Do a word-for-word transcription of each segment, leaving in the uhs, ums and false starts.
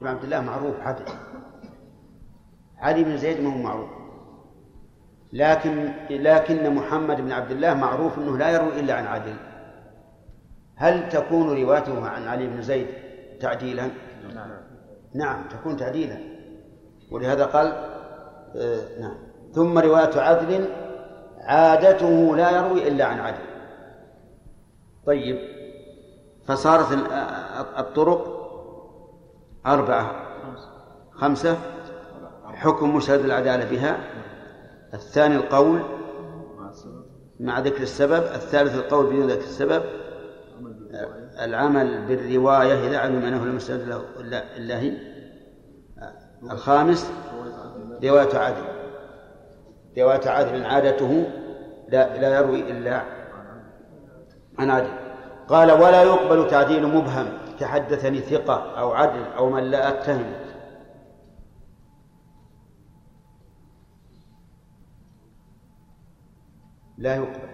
بن عبد الله معروف عدل، علي بن زيد ما هو معروف، لكن لكن محمد بن عبد الله معروف أنه لا يروي إلا عن عدل. هل تكون روايته عن علي بن زيد تعديلا؟ نعم تكون تعديلا، ولهذا قال آه نعم. ثم رواية عدل عادته لا يروي إلا عن عدل. طيب، فصارت الطرق أربعة خمسة. حكم مشهد العدالة بها. الثاني القول مع ذكر السبب. الثالث القول بدون ذكر السبب. العمل بالرواية إذا علم أنه لم يستند له إلا هي. الخامس رواية عدل، رواية عدل عادته لا, لا يروي إلا عن عدل. قال ولا يقبل تعديل مبهم كحدثني ثقة أو عدل أو من لا أتهم. لا يقبل.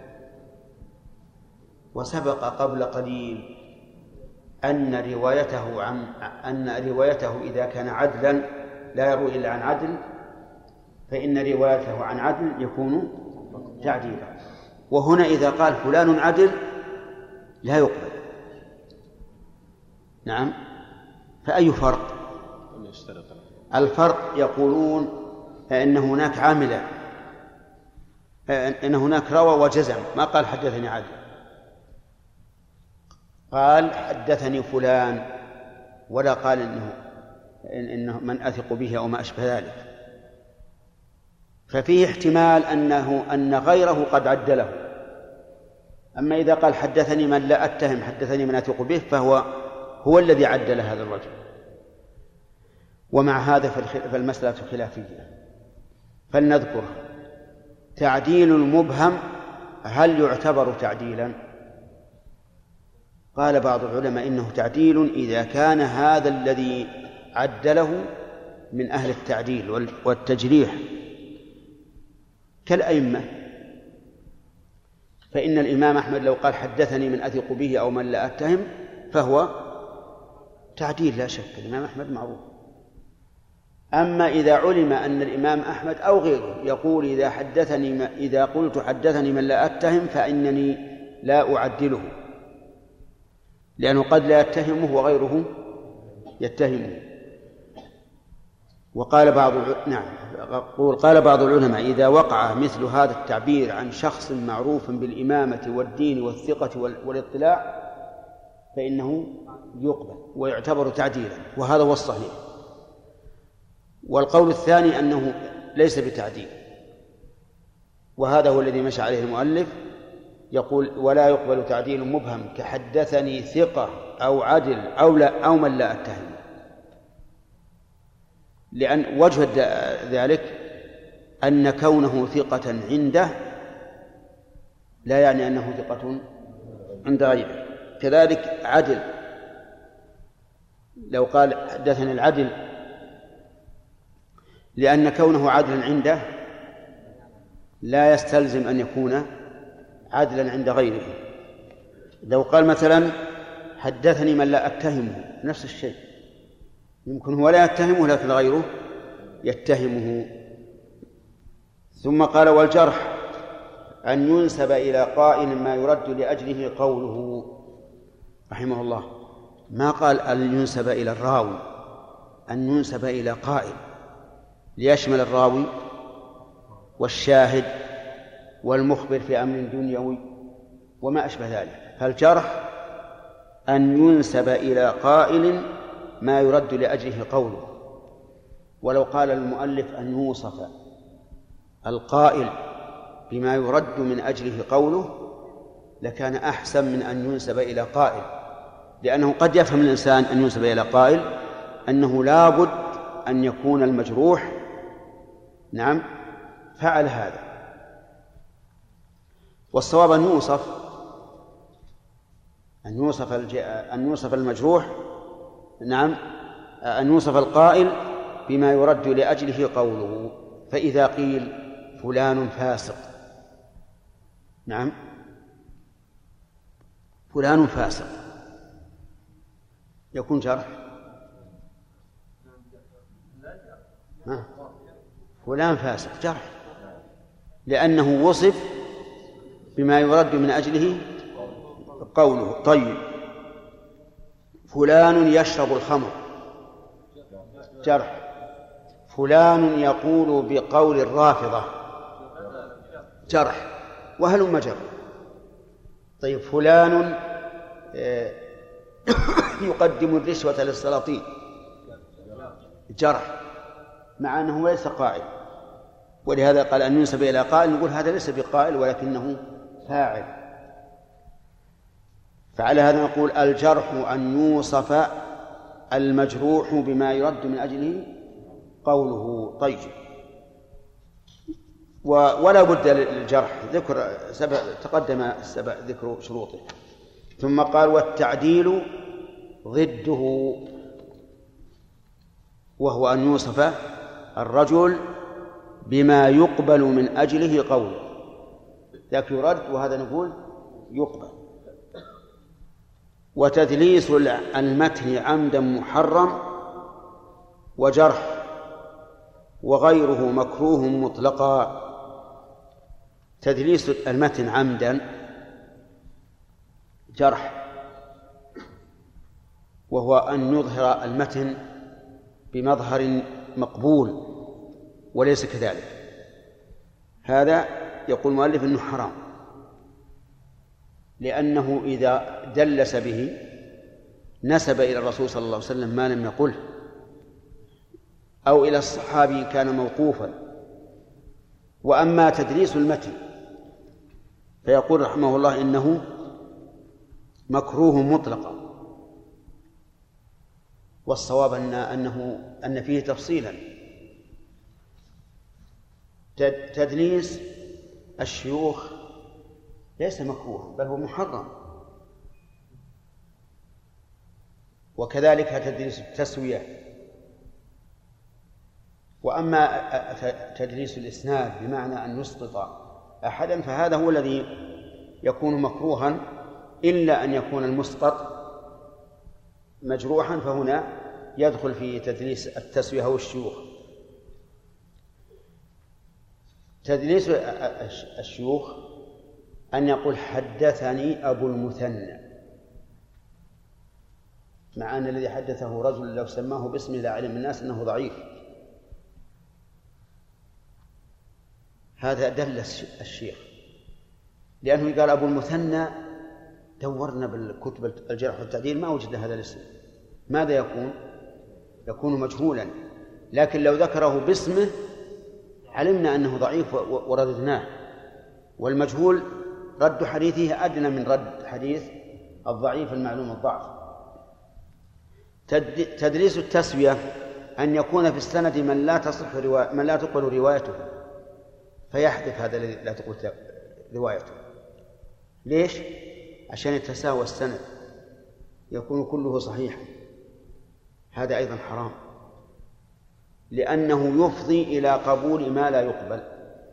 وسبق قبل قليل أن روايته عن أن روايته إذا كان عدلا لا يروي إلا عن عدل، فإن روايته عن عدل يكون تعديلا. وهنا إذا قال فلان عدل لا يقبل. نعم. فأي فرق؟ الفرق يقولون إن هناك عاملا، إن هناك روى وجزم، ما قال حدثني عدل، قال حدثني فلان، ولا قال إنه, إنه من أثق به أو ما أشبه ذلك. ففيه احتمال أنه أن غيره قد عدله. أما إذا قال حدثني من لا أتهم حدثني من أثق به فهو هو الذي عدل هذا الرجل. ومع هذا فالمسألة خلافية، فلنذكر تعديل المبهم هل يعتبر تعديلا؟ قال بعض العلماء إنه تعديل إذا كان هذا الذي عدله من أهل التعديل والتجريح كالأئمة. فإن الإمام أحمد لو قال حدثني من أثق به أو من لا أتهم فهو تعديل لا شك، الإمام أحمد معروف. أما إذا علم أن الإمام أحمد أو غيره يقول إذا حدثني إذا قلت حدثني من لا أتهم فإنني لا أعدله، لأنه قد لا يتهمه وغيره يتهمه. وقال بعض نعم قال بعض العلماء إذا وقع مثل هذا التعبير عن شخص معروف بالإمامة والدين والثقة والاطلاع فإنه يقبل ويعتبر تعديلا، وهذا هو الصحيح. والقول الثاني أنه ليس بتعديل، وهذا هو الذي مشى عليه المؤلف، يقول ولا يقبل تعديل مبهم كحدثني ثقة أو عدل أو, لا أو من لا أتهم. لأن وجه ذلك أن كونه ثقة عنده لا يعني أنه ثقة عند غيره. كذلك عدل، لو قال حدثني العدل لأن كونه عدلا عنده لا يستلزم أن يكون عدلا عند غيره. لو قال مثلا حدثني من لا أتهمه نفس الشيء، يمكن هو لا يتهمه لكن غيره يتهمه. ثم قال والجرح أن ينسب إلى قائل ما يرد لأجله قوله رحمه الله، ما قال أن ينسب إلى الراوي، أن ينسب إلى قائل ليشمل الراوي والشاهد والمخبر في أمر دنيوي وما أشبه ذلك. فالجرح أن ينسب إلى قائل ما يرد لأجله قوله. ولو قال المؤلف أن يوصف القائل بما يرد من أجله قوله لكان أحسن من أن ينسب إلى قائل، لأنه قد يفهم الإنسان أن ينسب إلى قائل أنه لا بد أن يكون المجروح نعم فعل هذا. والصواب أن يوصف أن يوصف أن يوصف المجروح نعم أن يوصف القائل بما يرد لأجله قوله. فإذا قيل فلان فاسق، نعم فلان فاسق، يكون جرح ها؟ فلان فاسق جرح، لأنه وصف بما يرد من أجله قوله. طيب فلان يشرب الخمر جرح، فلان يقول بقول الرافضة جرح، وهلم جر. طيب فلان يقدم الرشوة للسلاطين جرح، مع أنه ليس قائل. ولهذا قال أن ينسب إلى قائل نقول هذا ليس بقائل ولكنه فاعل. فعلى هذا نقول الجرح أن يوصف المجروح بما يرد من أجله قوله. طيب ولا بد للجرح ذكر سبع، تقدم السبع ذكر شروطه. ثم قال والتعديل ضده، وهو أن يوصف الرجل بما يقبل من أجله قوله. ذاك يرد وهذا نقول يقبل. وتدليس المتن عمدا محرم وجرح وغيره مكروه مطلقا. تدليس المتن عمدا جرح، وهو أن يظهر المتن بمظهر مقبول وليس كذلك. هذا يقول المؤلف إنه حرام، لأنه إذا دلس به نسب إلى الرسول صلى الله عليه وسلم ما لم يقله، أو إلى الصحابي كان موقوفا. وأما تدليس المتن فيقول رحمه الله إنه مكروه مطلقا، والصواب أن أنه أن فيه تفصيلا. تدليس الشيوخ ليس مكروها بل هو محرم، وكذلك تدليس التسوية. وأما تدليس الإسناد بمعنى أن يسقط أحدا فهذا هو الذي يكون مكروها، إلا أن يكون المسقط مجروحا، فهنا يدخل في تدليس التسوية أو الشيوخ. تدليس الشيوخ أن يقول حدثني أبو المثنى، مع أن الذي حدثه رجل لو سماه باسمه لعلم الناس أنه ضعيف. هذا دلس الشيخ، لأنه قال أبو المثنى، دورنا بالكتب الجرح والتعديل ما وجدنا هذا الاسم. ماذا يكون؟ يكون مجهولا. لكن لو ذكره باسمه علمنا أنه ضعيف ورددناه، والمجهول رد حديثه أدنى من رد حديث الضعيف المعلوم الضعف. تدليس التسوية أن يكون في السند من لا تصح روا... من لا تقبل روايته، فيحذف هذا الذي لا تقبل روايته. ليش؟ عشان يتساوى السند يكون كله صحيحا. هذا أيضا حرام، لأنه يفضي إلى قبول ما لا يقبل.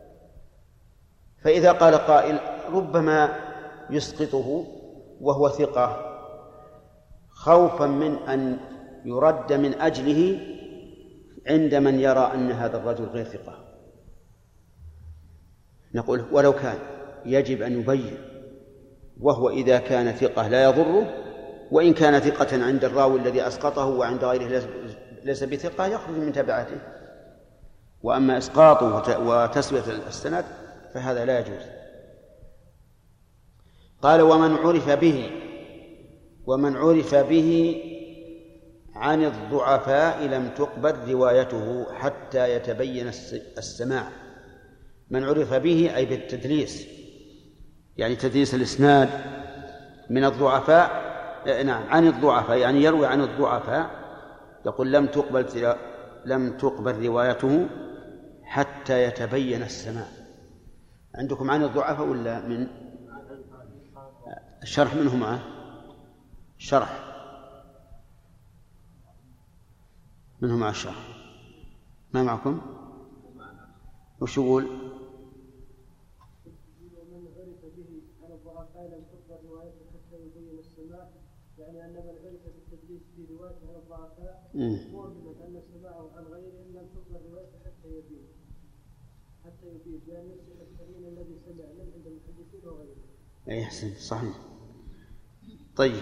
فإذا قال قائل ربما يسقطه وهو ثقة خوفا من أن يرد من أجله عند من يرى أن هذا الرجل غير ثقة، نقول ولو كان يجب أن يبين، وهو إذا كان ثقة لا يضره، وإن كان ثقة عند الراوي الذي أسقطه وعند غيره ليس بثقة يخرج من تبعته. وأما إسقاطه وتسوية السند فهذا لا يجوز. قال ومن عرف به ومن عرف به عن الضعفاء لم تقبل روايته حتى يتبين السماع. من عرف به أي بالتدليس، يعني تدليس الإسناد من الضعفاء، نعم عن الضعفاء، يعني يروي عن الضعفاء، يقول لم تقبل لم تقبل روايته حتى يتبين السماع. عندكم عن الضعفاء ولا من الشرح منه معه؟ شرح منه مع الشرح ما معكم؟ وش يقول؟ يعني أن من عرف بالتدليس في روايته عن الضعفاء مؤمن أن سماعه عن غيره أي أحسن صحيح. طيب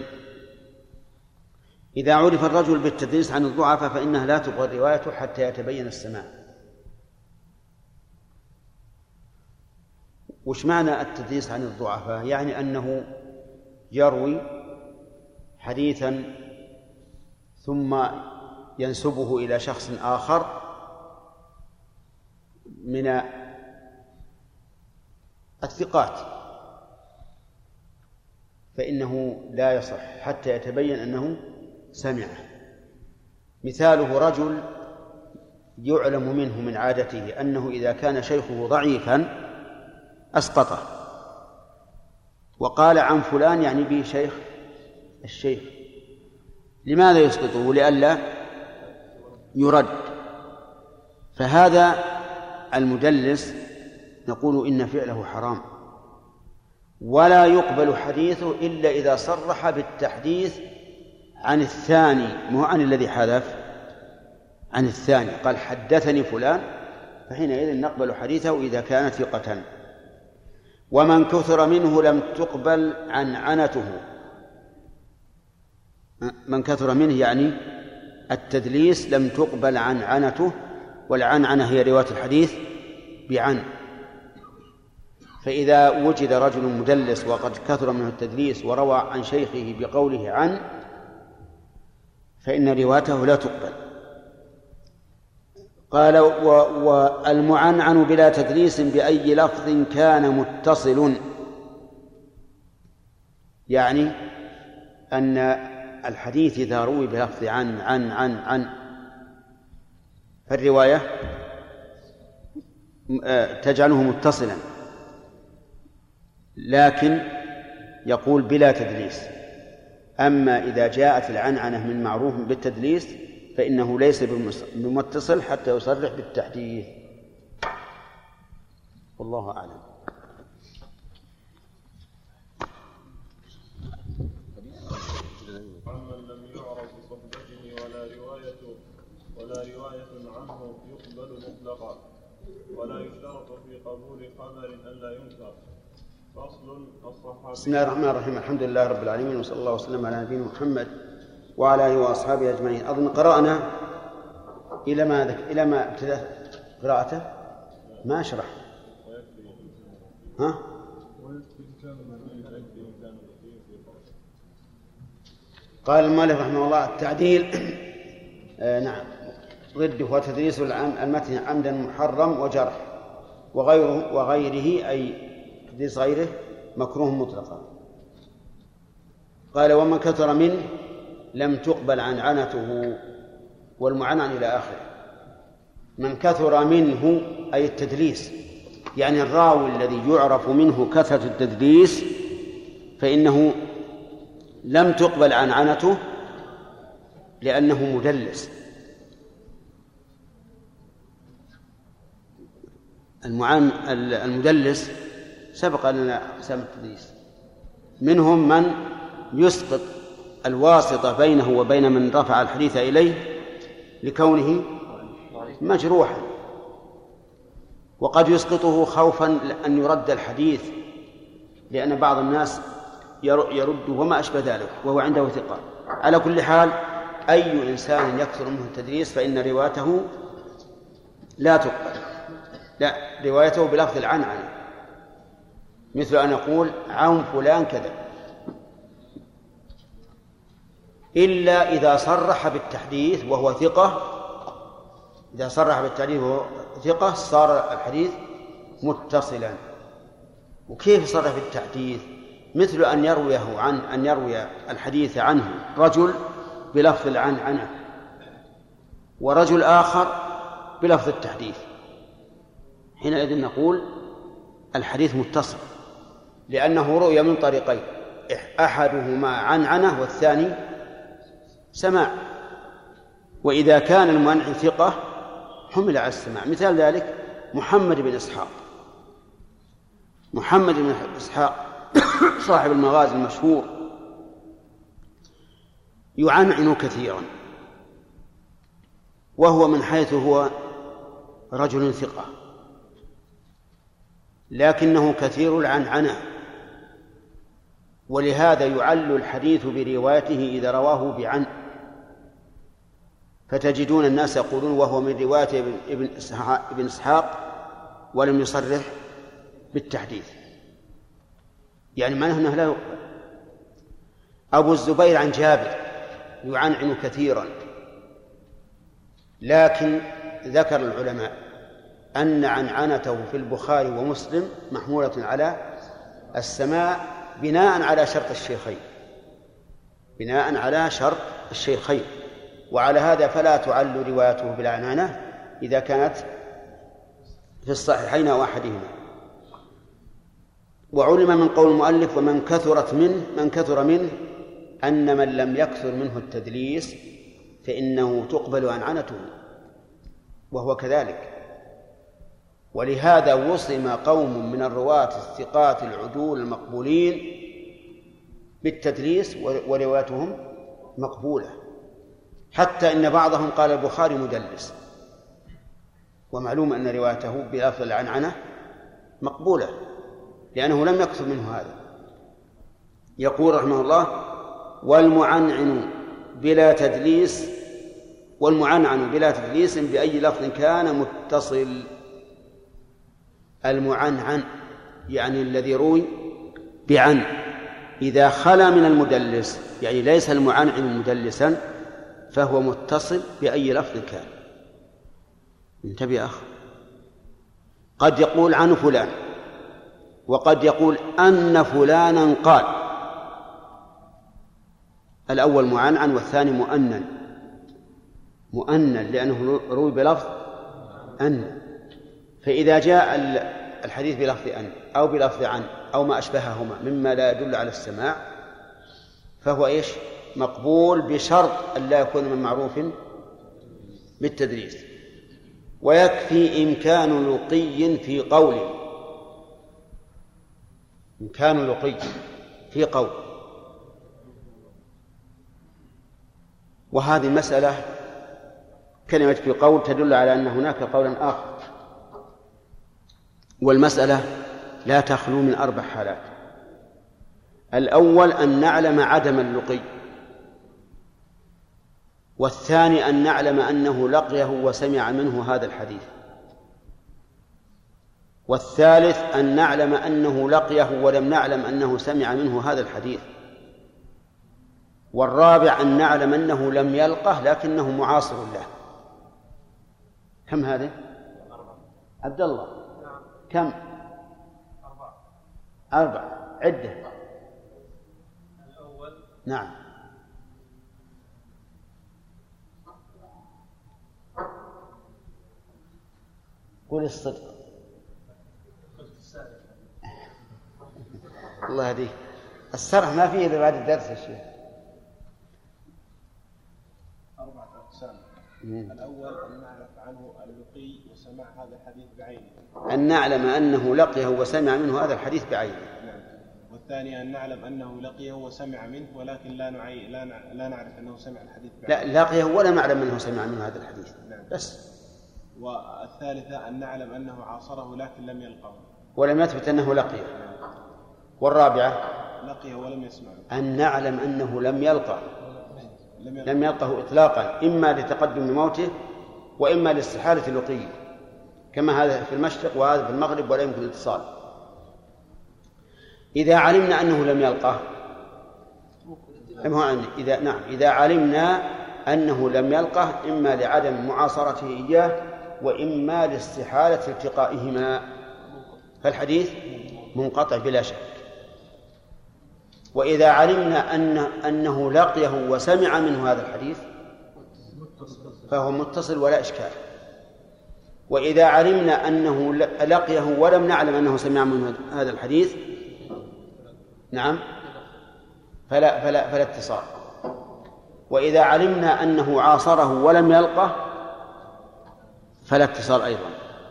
إذا عرف الرجل بالتدليس عن الضعفاء فإنها لا تقبل روايته حتى يتبين السماع. وش معنى التدليس عن الضعفاء؟ يعني أنه يروي حديثا ثم ينسبه إلى شخص آخر من الثقات، فإنه لا يصح حتى يتبين أنه سمعه. مثاله رجل يعلم منه من عادته أنه إذا كان شيخه ضعيفا أسقطه، وقال عن فلان يعني به شيخ الشيخ. لماذا يسقطه؟ لئلا يرد. فهذا المدلس نقول إن فعله حرام، ولا يقبل حديثه إلا إذا صرح بالتحديث عن الثاني، مو عن الذي حذف، عن الثاني. قال حدثني فلان، فحينئذ نقبل حديثه إذا كان ثقة. ومن كثر منه لم تقبل عنعنته. من كثر منه يعني التدليس لم تقبل عنعنته، والعنعنة هي رواية الحديث بعن. فإذا وجد رجل مدلس وقد كثر منه التدليس وروى عن شيخه بقوله عن، فإن روايته لا تقبل. قال والمعنعن بلا تدليس بأي لفظ كان متصل، يعني أن الحديث إذا روي بلفظ عن عن عن عن فالرواية تجعله متصلا، لكن يقول بلا تدليس. أما إذا جاءت العنعنة من معروف بالتدليس فإنه ليس بمتصل حتى يصرح بالتحديث. والله أعلم. عمن لم يعرف بصحبته ولا روايته ولا رواية عنه يقبل مطلقا، ولا يشترط في قبول خبر ألا ينكر. فصل الصحابي. بسم الله الرحمن الرحيم. الحمد لله رب العالمين، وصلى الله وسلم على نبينا محمد وعلى آله وأصحابه أجمعين. أظن قرأنا إلى ما ذك... إلى ما ابتدأ قراءته، ما أشرح. ها؟ قال المؤلف رحمه الله التعديل آه نعم ضده وتدريس المتن عمدا محرم وجرح، وغيره وغيره أي تدريس غيره مكروه مطلقا. قال ومن كثر منه لم تقبل عنعنته، والمعنعن إلى آخره. من كثر منه أي التدليس، يعني الراوي الذي يعرف منه كثرة التدليس فإنه لم تقبل عنعنته لأنه مدلس. المعان المدلس سبق لنا أقسام التدليس، منهم من يسقط الواسطة بينه وبين من رفع الحديث إليه لكونه مجروحا، وقد يسقطه خوفا أن يرد الحديث، لأن بعض الناس يرد وما أشبه ذلك وهو عنده ثقة. على كل حال أي إنسان يكثر منه التدليس فإن روايته لا تقبل، لا روايته بلفظ العنعنة، مثل أن يقول عن فلان كذا، إلا إذا صرح بالتحديث وهو ثقة. إذا صرح بالتحديث وهو ثقة صار الحديث متصلا. وكيف يصرح بالتحديث؟ مثل أن يرويه عن أن يروي الحديث عنه رجل بلفظ العنعنة ورجل آخر بلفظ التحديث، حينئذ نقول الحديث متصل، لأنه رؤي من طريقين، أحدهما عنعنة والثاني سماع. وإذا كان المعنعن ثقة حمل على السماع. مثال ذلك محمد بن إسحاق. محمد بن إسحاق صاحب المغازي المشهور يعنعن كثيرا، وهو من حيث هو رجل ثقة، لكنه كثير العنعنة، ولهذا يعل الحديث بروايته إذا رواه بعن، فتجدون الناس يقولون وهو من رواية ابن إسحاق ولم يصرح بالتحديث، يعني معناه أنه لا يقبل. أبو الزبير عن جابر يعنعن كثيرا، لكن ذكر العلماء أن عنعنته في البخاري ومسلم محمولة على السماع بناء على شرط الشيخين، بناء على شرط الشيخين، وعلى هذا فلا تعل روايته بالعنعنة إذا كانت في الصحيحين أو أحدهما. وعلم من قول المؤلف ومن كثرت منه من كثر منه أن من لم يكثر منه التدليس فإنه تقبل عنعنته، وهو كذلك. ولهذا وصم قوم من الرواة الثقات العدول المقبولين بالتدليس وروايتهم مقبولة، حتى إن بعضهم قال البخاري مدلس، ومعلوم أن روايته بلفظ العنعنة مقبولة لأنه لم يكثر منه هذا. يقول رحمه الله: والمعنعن بلا تدليس والمعنعن بلا تدليس بأي لفظ كان متصل. المعنعن يعني الذي روي بعن إذا خلا من المدلس، يعني ليس المعنعن مدلسا، فهو متصل بأي لفظ كان. انتبه يا أخ، قد يقول عن فلان، وقد يقول أن فلانا قال، الأول معنعن والثاني مؤنن. مؤنن لأنه روي بلفظ أن، فإذا جاء الحديث بلفظ أن أو بلفظ عن أو ما أشبههما مما لا يدل على السماع فهو إيش؟ مقبول، بشرط أن لا يكون من معروف بالتدليس. ويكفي إمكان لقي في قول، إمكان لقي في قول. وهذه المسألة كلمة في قول تدل على أن هناك قولا آخر، والمسألة لا تخلو من أربع حالات. الأول أن نعلم عدم اللقي، والثاني أن نعلم أنه لقيه وسمع منه هذا الحديث، والثالث أن نعلم أنه لقيه ولم نعلم أنه سمع منه هذا الحديث، والرابع أن نعلم أنه لم يلقه لكنه معاصر له. كم هذه؟ عبد الله كم؟ أربعة. عدة. الأول نعم. قول الصدق. الله يهديك، السرح ما فيه إلا بعد الدرس يا شيخ. أربعة أقسام. الأول أن نعرف عنه اللقي وسمع هذا الحديث بعينه، أن نعلم أنه لقيه وسمع منه هذا الحديث بعينه. نعم. والثاني أن نعلم أنه لقيه وسمع منه ولكن لا نعي... لا, نع... لا نعرف أنه سمع الحديث بعينه. لا، لقيه ولا نعلم أنه سمع منه هذا الحديث. نعم. بس. والثالثة أن نعلم أنه عاصره لكن لم يلقه ولم يثبت أنه لقيه. والرابعة لقيه ولم يسمع، أن نعلم أنه لم يلقه لم يلقه, لم يلقه إطلاقا، إما لتقدم موته وإما لاستحالة لقيه، كما هذا في المشرق وهذا في المغرب ولا يمكن الاتصال. إذا علمنا أنه لم يلقه إذا نعم إذا علمنا أنه لم يلقه إما لعدم معاصرته إياه وإما لاستحالة التقائهما، فالحديث منقطع بلا شك. وإذا علمنا أن أنه لقيه وسمع منه هذا الحديث فهو متصل ولا إشكال. وإذا علمنا أنه لقيه ولم نعلم أنه سمع منه هذا الحديث نعم فلا, فلا, فلا اتصال. وإذا علمنا أنه عاصره ولم يلقه فلا اتصال أيضا.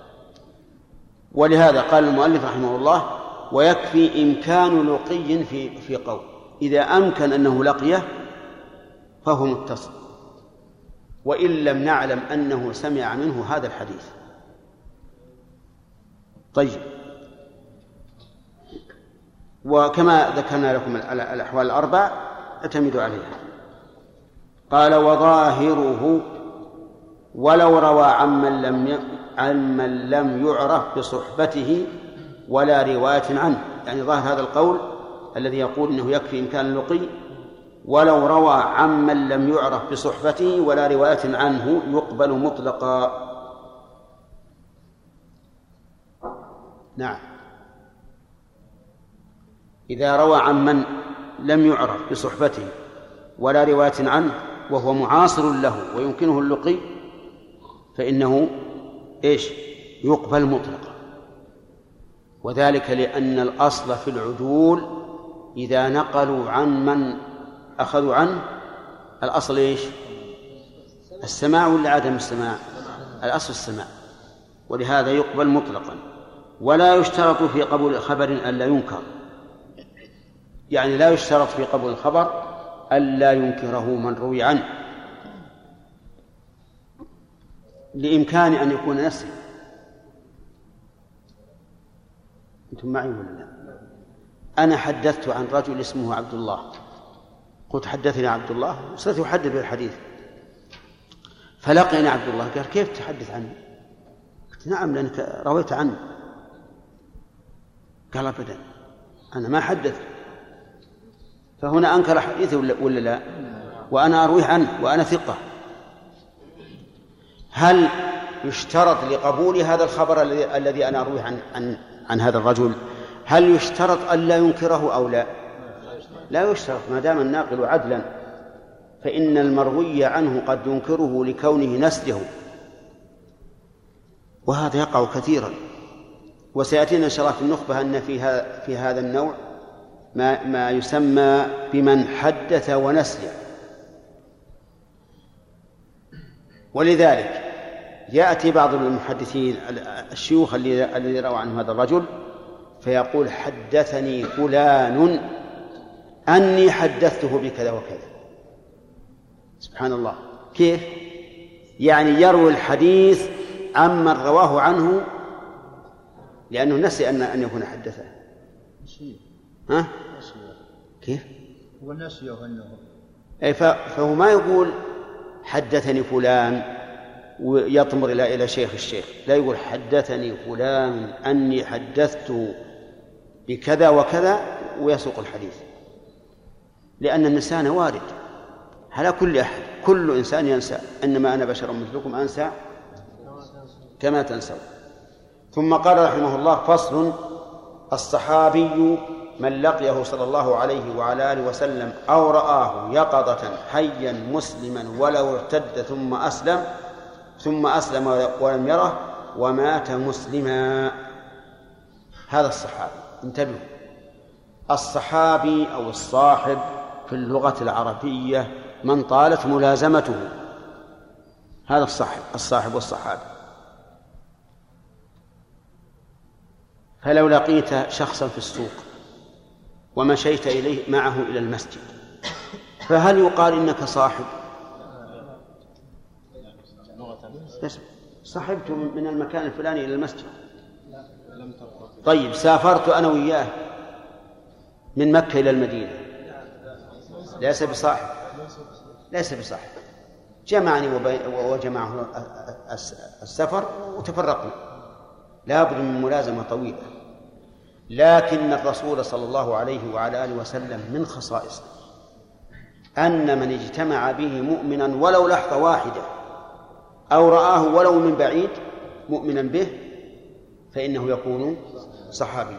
ولهذا قال المؤلف رحمه الله: ويكفي إمكان لقي في في قول. إذا أمكن أنه لقيه فهو متصل، وإن لم نعلم أنه سمع منه هذا الحديث. طيب، وكما ذكرنا لكم الأحوال الأربع اعتمدوا عليها. قال وظاهره ولو روى عمن لم عمن لم يعرف بصحبته ولا رواية عنه، يعني ظاهر هذا القول الذي يقول إنه يكفي إمكان اللقي ولو روى عمن لم يعرف بصحبته ولا رواية عنه يقبل مطلقا. نعم، إذا روى عمن لم يعرف بصحبته ولا رواية عنه وهو معاصر له ويمكنه اللقي فإنه إيش؟ يقبل مطلقا. وذلك لأن الأصل في العدول إذا نقلوا عن من أخذوا عنه الأصل إيش؟ السماع ولا عدم السماع؟ الأصل السماع، ولهذا يقبل مطلقا. ولا يشترط في قبول خبر ألا ينكر، يعني لا يشترط في قبول الخبر ألا ينكره من روي عنه لإمكان أن يكون نسي. أنتم معي ولا لا؟ أنا حدثت عن رجل اسمه عبد الله، قلت حدثني عبد الله وصرت أحدث بالحديث، فلقينا عبد الله قال كيف تحدث عنه؟ قلت نعم لأنك رويت عنه. قال أبدا أنا ما حدثت. فهنا أنكر حديثه ولا لا؟ وأنا أرويه عنه وأنا ثقة. هل يشترط لقبول هذا الخبر الذي الذي أنا أرويه عن عن عن هذا الرجل هل يشترط ألا ينكره أو لا؟ لا يشترط، ما دام الناقل عدلا، فإن المروي عنه قد ينكره لكونه نسله، وهذا يقع كثيرا. وسيأتينا إن شاء الله في النخبة أن فيها في هذا النوع ما ما يسمى بمن حدث ونسي. ولذلك يأتي بعض المحدثين الشيوخ الذي روى عنه هذا الرجل فيقول حدثني فلان أني حدثته بكذا وكذا. سبحان الله، كيف؟ يعني يروي الحديث عمن رواه عنه لأنه نسي أن أن يكون حدثه. ها؟ كيف؟ هو نسي أنه أي فهو ما يقول حدثني فلان ويطمر إلى إلى شيخ الشيخ، لا يقول حدثني فلان أني حدثت بكذا وكذا ويسوق الحديث، لأن النسيان وارد على كل أحد، كل إنسان ينسى، إنما أنا بشر مثلكم أنسى كما تنسون. ثم قال رحمه الله فصل: الصحابي من لقيه صلى الله عليه وعلى آله وسلم أو رآه يقظة حيا مسلما ولو ارتد ثم أسلم ثم أسلم ولم يره ومات مسلما. هذا الصحابي. انتبهوا، الصحابي أو الصاحب في اللغة العربية من طالت ملازمته، هذا الصاحب الصاحب والصحابي. فلو لقيت شخصا في السوق ومشيت إليه معه إلى المسجد فهل يقال إنك صاحب؟ صحبت من المكان الفلاني إلى المسجد. طيب سافرت أنا وياه من مكة إلى المدينة، ليس بصاحب، ليس بصاحب. جمعني وجمعه السفر وتفرقنا، لا بد من ملازمة طويلة. لكن الرسول صلى الله عليه وعلى آله وسلم من خصائصه أن من اجتمع به مؤمنا ولو لحظة واحدة أو رآه ولو من بعيد مؤمنا به فإنه يكون صحابيا.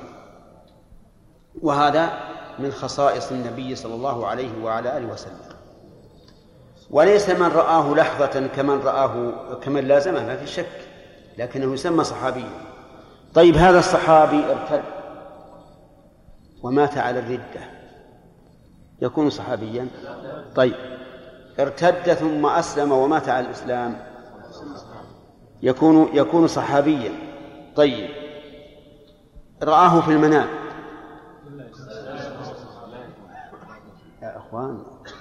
وهذا من خصائص النبي صلى الله عليه وعلى آله وسلم. وليس من رآه لحظة كمن رآه كمن لازمه، ما في شك، لكنه يسمى صحابيا. طيب هذا الصحابي ارتد ومات على الردة، يكون صحابيا؟ طيب ارتد ثم أسلم ومات على الإسلام، يكون يكون صحابيا. طيب رآه في المنام، يا أخوان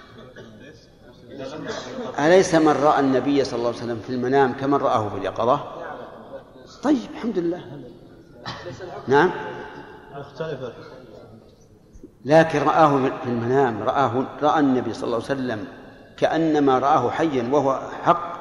أليس من رأى النبي صلى الله عليه وسلم في المنام كمن رآه في اليقظة؟ طيب الحمد لله. نعم، لكن رآه في المنام، رآه رأى النبي صلى الله عليه وسلم كأنما رآه حيا وهو حق،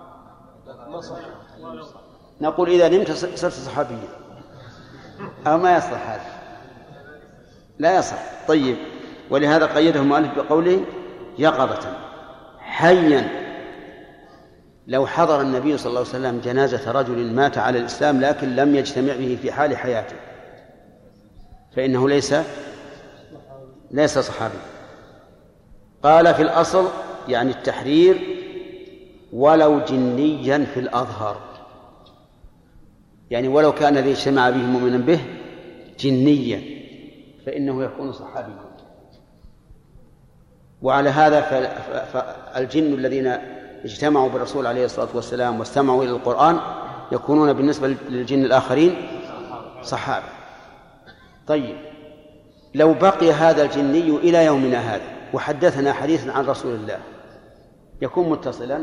نقول إذا نمت صرت صحابيا أو ما يصلح هذا، لا يصح. طيب، ولهذا قيده المؤلف بقوله يقظة حيا. لو حضر النبي صلى الله عليه وسلم جنازة رجل مات على الإسلام لكن لم يجتمع به في حال حياته فإنه ليس ليس صحابي. قال في الأصل يعني التحرير ولو جنيا في الأظهر، يعني ولو كان الذي اجتمع به مؤمنا به جنيا فإنه يكون صحابيا. وعلى هذا فالجن الذين اجتمعوا بالرسول عليه الصلاة والسلام واستمعوا إلى القرآن يكونون بالنسبة للجن الآخرين صحابة. طيب، لو بقي هذا الجني إلى يومنا هذا وحدثنا حديثا عن رسول الله يكون متصلا؟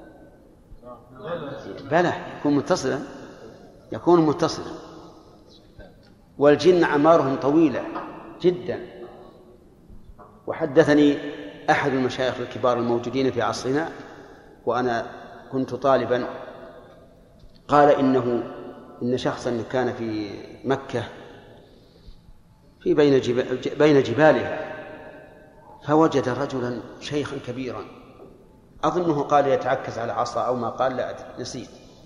بلى، يكون متصلا، يكون متصلا. والجن أعمارهم طويلة جدا. وحدثني أحد المشايخ الكبار الموجودين في عصرنا وأنا كنت طالبا، قال إنه إن شخصا كان في مكة في بين جبال بين جبالها فوجد رجلا شيخا كبيرا، أظنه قال يتعكز على عصا أو ما قال، لا أدري، نسيت.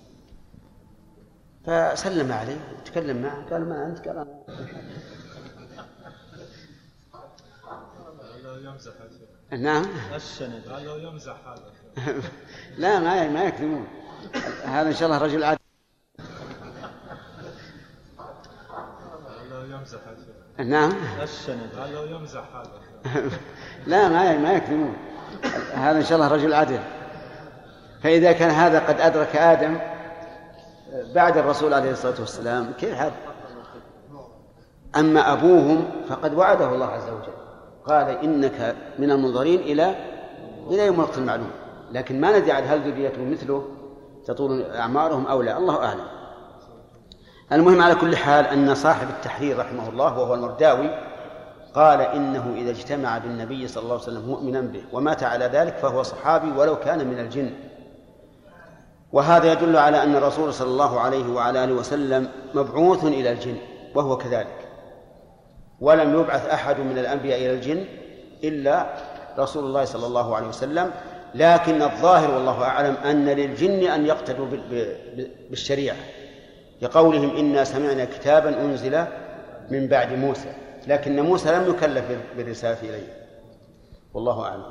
فسلم عليه وتكلم معه، قال ما أنت؟ قال أنا. نعم، قال يمزح هذا. لا، ما ما يكذبون، هذا إن شاء الله رجل عادي. يمزح نعم، قال يمزح هذا. لا، ما ما يكذبون، هذا إن شاء الله رجل عادل. فإذا كان هذا قد أدرك آدم بعد الرسول عليه الصلاة والسلام كيف هذا؟ أما أبوهم فقد وعده الله عز وجل، قال إنك من المنظرين إلى إلى يوم الوقت المعلوم، لكن ما ندري هل ذريته مثله تطول أعمارهم أو لا، الله أعلم. المهم على كل حال أن صاحب التحرير رحمه الله وهو المرداوي قال إنه إذا اجتمع بالنبي صلى الله عليه وسلم مؤمنا به ومات على ذلك فهو صحابي ولو كان من الجن. وهذا يدل على أن الرسول صلى الله عليه وعلى آله وسلم مبعوث إلى الجن وهو كذلك، ولم يبعث أحد من الأنبياء إلى الجن إلا رسول الله صلى الله عليه وسلم. لكن الظاهر والله أعلم أن للجن أن يقتدوا بالشريعة لقولهم إنا سمعنا كتابا أنزل من بعد موسى، لكن موسى لم يكلف بالرسالة إليه، والله أعلم.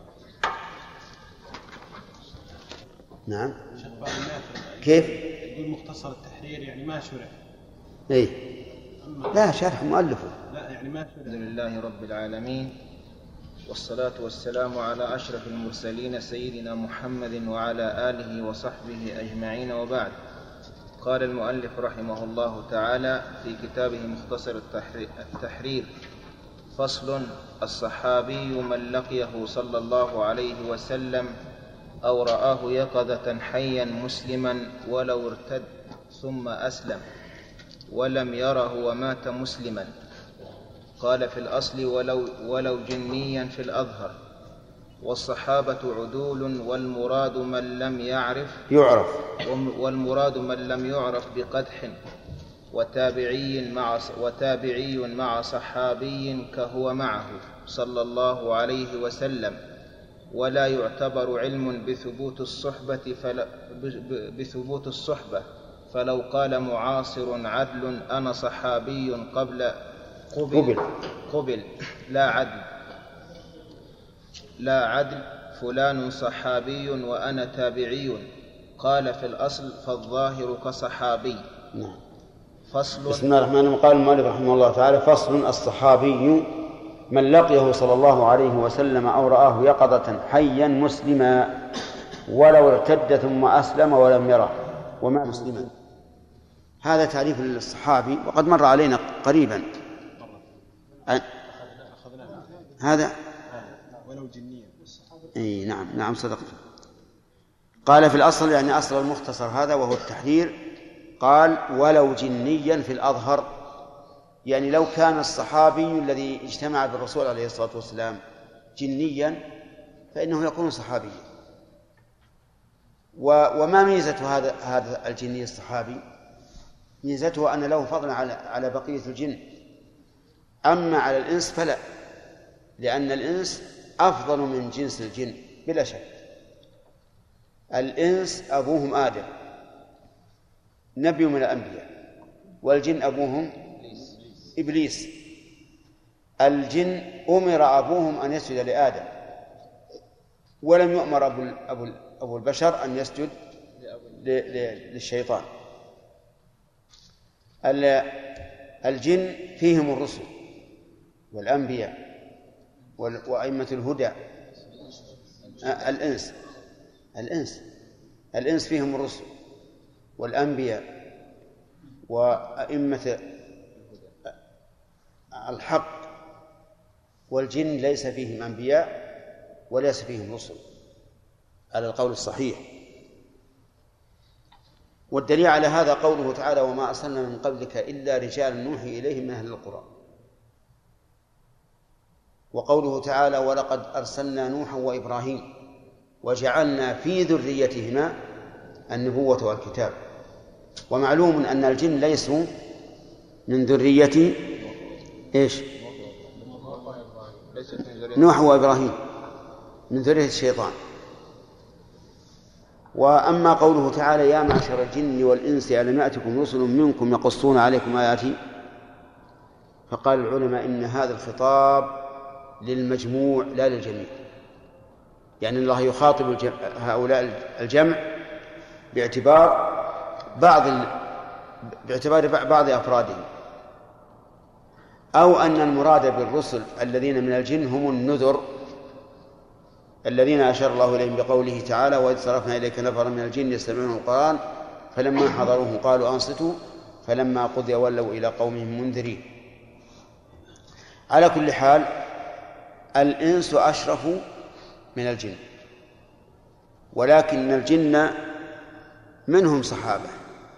نعم، كيف؟ يقول مختصر التحرير يعني ما شرح. إيه؟ لا، شرح مؤلفه. لا يعني ما شرح. الحمد لله رب العالمين، والصلاة والسلام على أشرف المرسلين سيدنا محمد وعلى آله وصحبه أجمعين، وبعد. قال المؤلف رحمه الله تعالى في كتابه مختصر التحرير: فصل: الصحابي من لقيه صلى الله عليه وسلم أو رآه يقظة حيا مسلما ولو ارتد ثم أسلم ولم يره ومات مسلما. قال في الأصل ولو, ولو جنيا في الأظهر. والصحابة عدول والمراد من لم يعرف يعرف والمراد من لم يعرف بقدح، وتابعي مع وتابعي مع صحابي كهو معه صلى الله عليه وسلم، ولا يعتبر علم بثبوت الصحبة فلا بثبوت الصحبة فلو قال معاصر عدل أنا صحابي قبل قبل, قبل لا عدل لا عدل فلان صحابي وأنا تابعي. قال في الأصل فالظاهر كصحابي. نعم. فصل. بسم الله الرحمن الرحيم. قال المؤلف رحمه الله تعالى: فصل: الصحابي من لقيه صلى الله عليه وسلم أو رآه يقظة حيا مسلما ولو ارتد ثم أسلم ولم يره وما مسلما. هذا تعريف للصحابي وقد مر علينا قريبا. هذا ولو جنيا. اي نعم نعم صدقت. قال في الأصل يعني أصل المختصر هذا وهو التحرير، قال ولو جنيا في الأظهر، يعني لو كان الصحابي الذي اجتمع بالرسول عليه الصلاة والسلام جنيا فإنه يكون صحابيا. وما ميزة هذا هذا الجني الصحابي؟ ميزته أن له فضلا على على بقية الجن، أما على الإنس فلا، لأن الإنس أفضل من جنس الجن بلا شك. الإنس أبوهم آدم نبي من الأنبياء، والجن أبوهم إبليس. الجن أمر أبوهم أن يسجد لآدم، ولم يؤمر أبو, أبو, أبو البشر أن يسجد للشيطان. الجن فيهم الرسل والأنبياء وأئمة الهدى. الإنس الإنس الإنس فيهم الرسل والأنبياء وأئمة الحق، والجن ليس فيهم أنبياء وليس فيهم رسل على القول الصحيح. والدليل على هذا قوله تعالى: وما أرسلنا من قبلك إلا رجالا نوحي إليهم من أهل القرى. وقوله تعالى: ولقد أرسلنا نوحا وإبراهيم وجعلنا في ذريتهما النبوة والكتاب. ومعلوم أن الجن ليسوا من ذرية إيش؟ نوح وإبراهيم، من ذرية الشيطان. وأما قوله تعالى: يا معشر الجن والإنس ألم يأتكم رسل منكم يقصون عليكم آياتي، فقال العلماء إن هذا الخطاب للمجموع لا للجميع، يعني الله يخاطب هؤلاء الجمع باعتبار بعض ال... باعتبار بعض أفرادهم، أو أن المراد بالرسل الذين من الجن هم النذر الذين أشار الله إليهم بقوله تعالى: وإذ صرفنا إليك نفرا من الجن يستمعون القرآن فلما حضروه قالوا أنصتوا فلما قضي ولوا إلى قومهم منذرين. على كل حال الإنس أشرف من الجن، ولكن الجن منهم صحابة.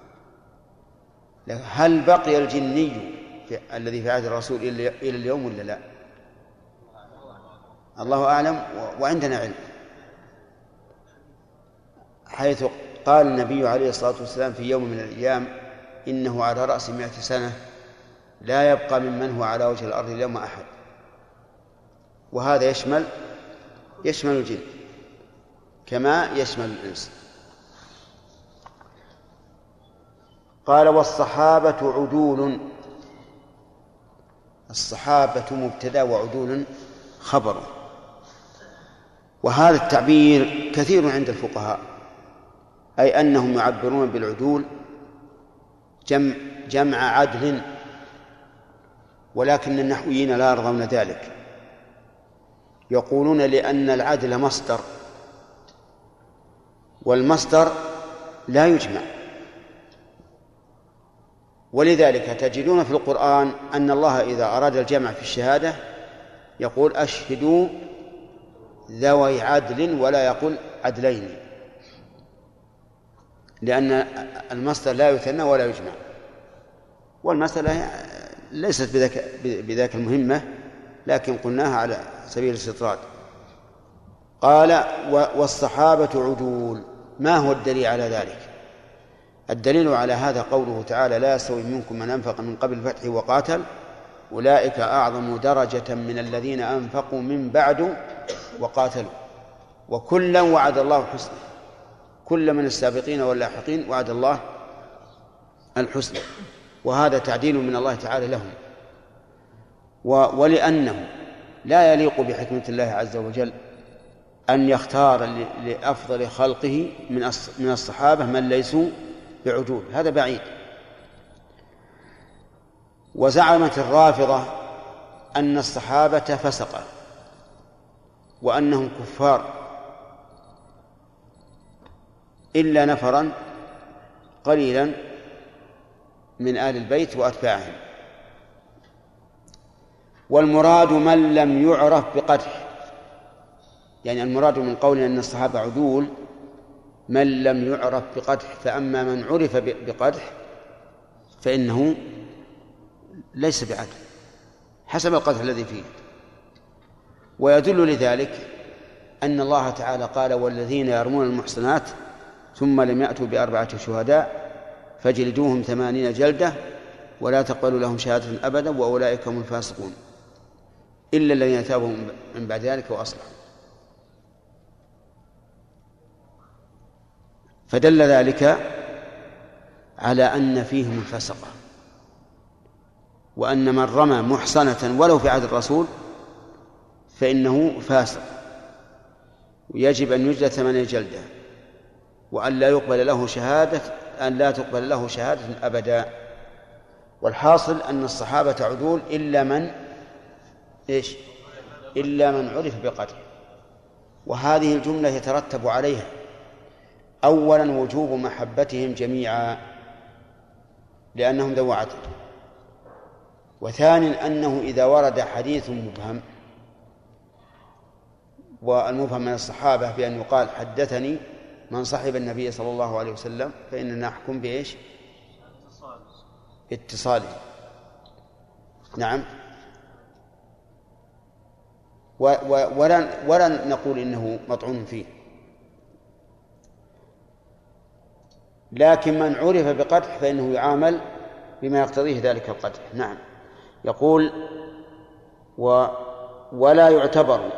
هل بقي الجني في الذي في عهد الرسول إلى اليوم ولا لا؟ الله أعلم، وعندنا علم، حيث قال النبي عليه الصلاة والسلام في يوم من الأيام: إنه على رأس مئة سنة لا يبقى ممن هو على وجه الأرض اليوم أحد. وهذا يشمل يشمل الجن كما يشمل الإنس. قال: والصحابة عدول. الصحابة مبتدأ وعدول خبر. وهذا التعبير كثير عند الفقهاء، أي أنهم يعبرون بالعدول جمع, جمع عدل، ولكن النحويين لا يرضون ذلك، يقولون لأن العدل مصدر، والمصدر لا يجمع. ولذلك تجدون في القرآن أن الله إذا أراد الجمع في الشهادة يقول: أشهدوا ذوي عدل، ولا يقول عدلين، لأن المصدر لا يثنى ولا يجمع. والمسألة ليست بذاك, بذاك المهمة، لكن قلناها على سبيل الاستطراد. قال: والصحابة عدول. ما هو الدليل على ذلك؟ الدليل على هذا قوله تعالى: لا يستوي منكم من أنفق من قبل الفتح وقاتل أولئك أعظم درجة من الذين أنفقوا من بعد وقاتلوا وكلا وعد الله الحسنى. كل من السابقين واللاحقين وعد الله الحسنى، وهذا تعديل من الله تعالى لهم. ولأنه لا يليق بحكمة الله عز وجل أن يختار لأفضل خلقه من الصحابة من ليسوا بعدول، هذا بعيد. وزعمت الرافضة أن الصحابة فسقة وأنهم كفار إلا نفرا قليلا من آل البيت وأتباعهم. والمراد من لم يعرف بقدح، يعني المراد من قول أن الصحابة عدول من لم يعرف بقدح، فأما من عرف بقدح فإنه ليس بعدل حسب القدح الذي فيه. ويدل لذلك أن الله تعالى قال: والذين يرمون المحصنات ثم لم يأتوا بأربعة شهداء فجلدوهم ثمانين جلدة ولا تقبلوا لهم شهادة أبدا وأولئك هم الفاسقون إلا الذين تابوا من بعد ذلك وأصلحوا. فدل ذلك على أن فيهم الفسقة، وأن من رمى محصنة ولو في عهد الرسول فإنه فاسق ويجب أن يجلد ثمانية جلدة وأن لا يقبل له شهادة أن لا تقبل له شهادة أبدا. والحاصل أن الصحابة عدول إلا من إيش؟ إلا من عرف بقدر. وهذه الجملة يترتب عليها أولا وجوب محبتهم جميعا لأنهم ذو عدل، وثانيا أنه إذا ورد حديث مبهم، والمبهم من الصحابة بأن يقال حدثني من صحب النبي صلى الله عليه وسلم، فإننا نحكم بإيش؟ اتصاله. نعم. ولا ولا نقول إنه مطعون فيه، لكن من عرف بقدح فإنه يعامل بما يقتضيه ذلك القدح. نعم. يقول: و ولا يعتبر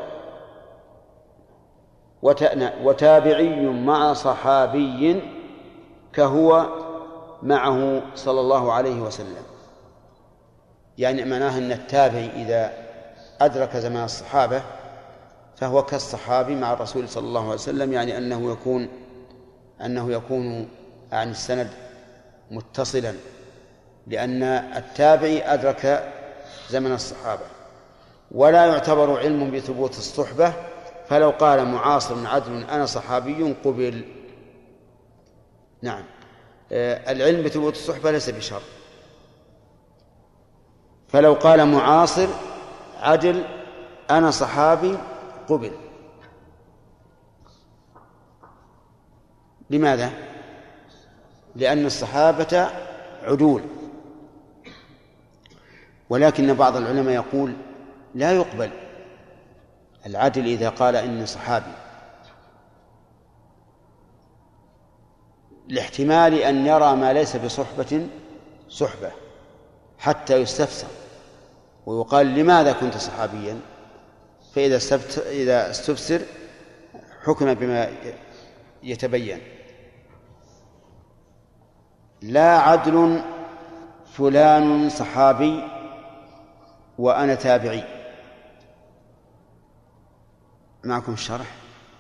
وتابعي مع صحابي كهو معه صلى الله عليه وسلم. يعني معناه أن التابعي إذا أدرك زمان الصحابة فهو كالصحابي مع الرسول صلى الله عليه وسلم، يعني أنه يكون أنه يكون عن السند متصلا، لأن التابعي أدرك زمن الصحابة. ولا يعتبر علم بثبوت الصحبة، فلو قال معاصر عدل أنا صحابي قبل. نعم. العلم بثبوت الصحبة ليس بشرط، فلو قال معاصر عدل أنا صحابي قبل. لماذا؟ لأن الصحابة عدول. ولكن بعض العلماء يقول لا يقبل العدل إذا قال إن صحابي، لاحتمال أن يرى ما ليس بصحبة صحبة حتى يستفسر ويقال لماذا كنت صحابيا، فإذا إذا استفسر حكم بما يتبين. لا عدل فلان صحابي وأنا تابعي. معكم الشرح؟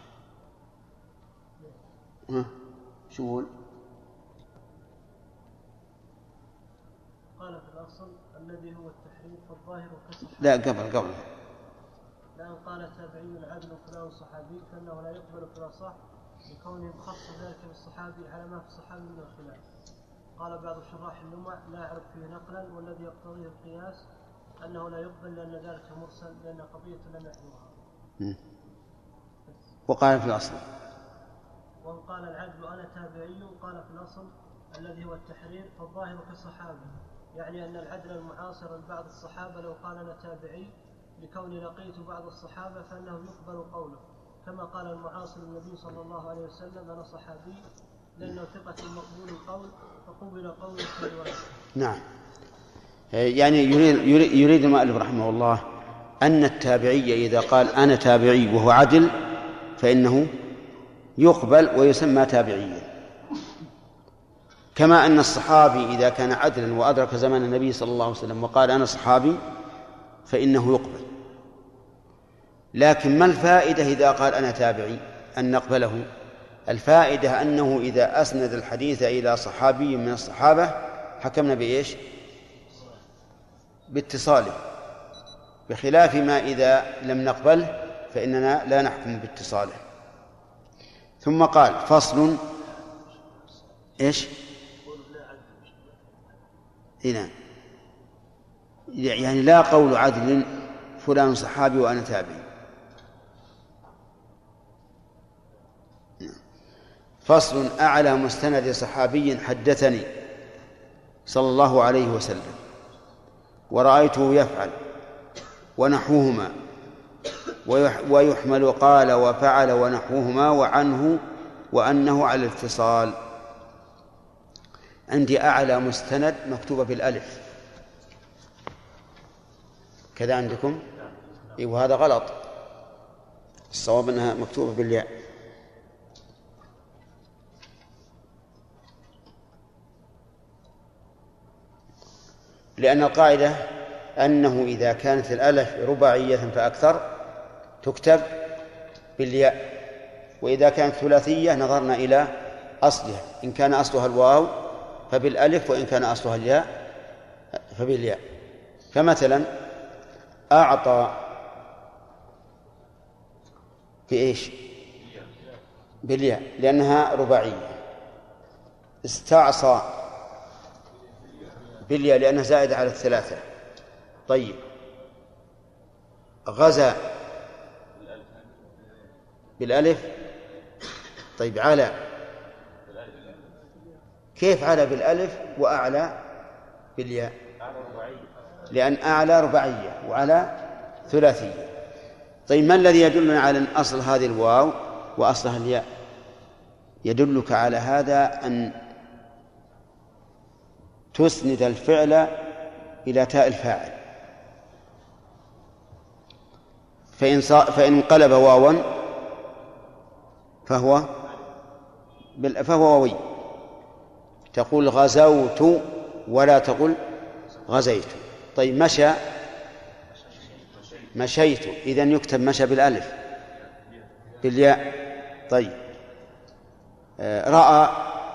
ها شو يقول؟ قال في الأصل الذي هو التحريم فالظاهر كالصحابي. لا قبل قبل لأن قال تابعي عدل فلان صحابي فإنه لا يقبل في الأصح لكونه خص ذلك بالصحابي على ما في الصحابي من الخلاف. قال بعض شراح اللمع لا أعرف فيه نقلا، والذي يقتضيه القياس أنه لا يقبل لأن ذلك مرسل لأن قضية لم يحوها. وقال في الأصل وإن قال العدل أنا تابعي قال في الأصل الذي هو التحرير فالظاهر كالصحابي، يعني أن العدل المعاصر لبعض الصحابة لو قال أنا تابعي لكوني لقيت بعض الصحابة فإنه يقبل قوله، كما قال المعاصر النبي صلى الله عليه وسلم أنا صحابي لأنه ثقة مقبول القول فقبل قوله في الرواية. نعم. يعني يريد, يريد المؤلف رحمه الله أن التابعي إذا قال أنا تابعي وهو عدل فإنه يقبل ويسمى تابعيا، كما أن الصحابي إذا كان عدلا وأدرك زمان النبي صلى الله عليه وسلم وقال أنا صحابي فإنه يقبل. لكن ما الفائدة إذا قال أنا تابعي أن نقبله؟ الفائدة أنه إذا أسند الحديث إلى صحابي من الصحابة حكمنا بإيش؟ باتصاله، بخلاف ما إذا لم نقبله فإننا لا نحكم باتصاله. ثم قال فصل إيش؟ هنا يعني لا قول عدل فلان صحابي وأنا تابعي. فصل أعلى مستند صحابي حدثني صلى الله عليه وسلم. ورأيته يفعل ونحوهما، ويحمل قال وفعل ونحوهما وعنه وأنه على الاتصال. عندي أعلى مستند مكتوبة بالألف كذا عندكم؟ إيه وهذا غلط، الصواب أنها مكتوبة بالياء. لأن القاعدة أنه إذا كانت الألف رباعية فأكثر تكتب بالياء، وإذا كانت ثلاثية نظرنا إلى أصلها، إن كان أصلها الواو فبالألف، وإن كان أصلها الياء فبالياء. فمثلا أعطى بإيش؟ بالياء لأنها رباعية. استعصى بالياء لأنها زائدة على الثلاثة. طيب غزا بالألف. طيب على، كيف على بالألف وأعلى بالياء؟ لأن أعلى رباعية وعلى ثلاثية. طيب ما الذي يدلنا على أن أصل هذه الواو وأصلها الياء؟ يدلك على هذا أن تسند الفعل إلى تاء الفاعل، فإن فإن انقلب واوا فهو فهو واوي. تقول غزوت ولا تقول غزيت. طيب مشى مشيت، إذن يكتب مشى بالألف بالياء. طيب رأى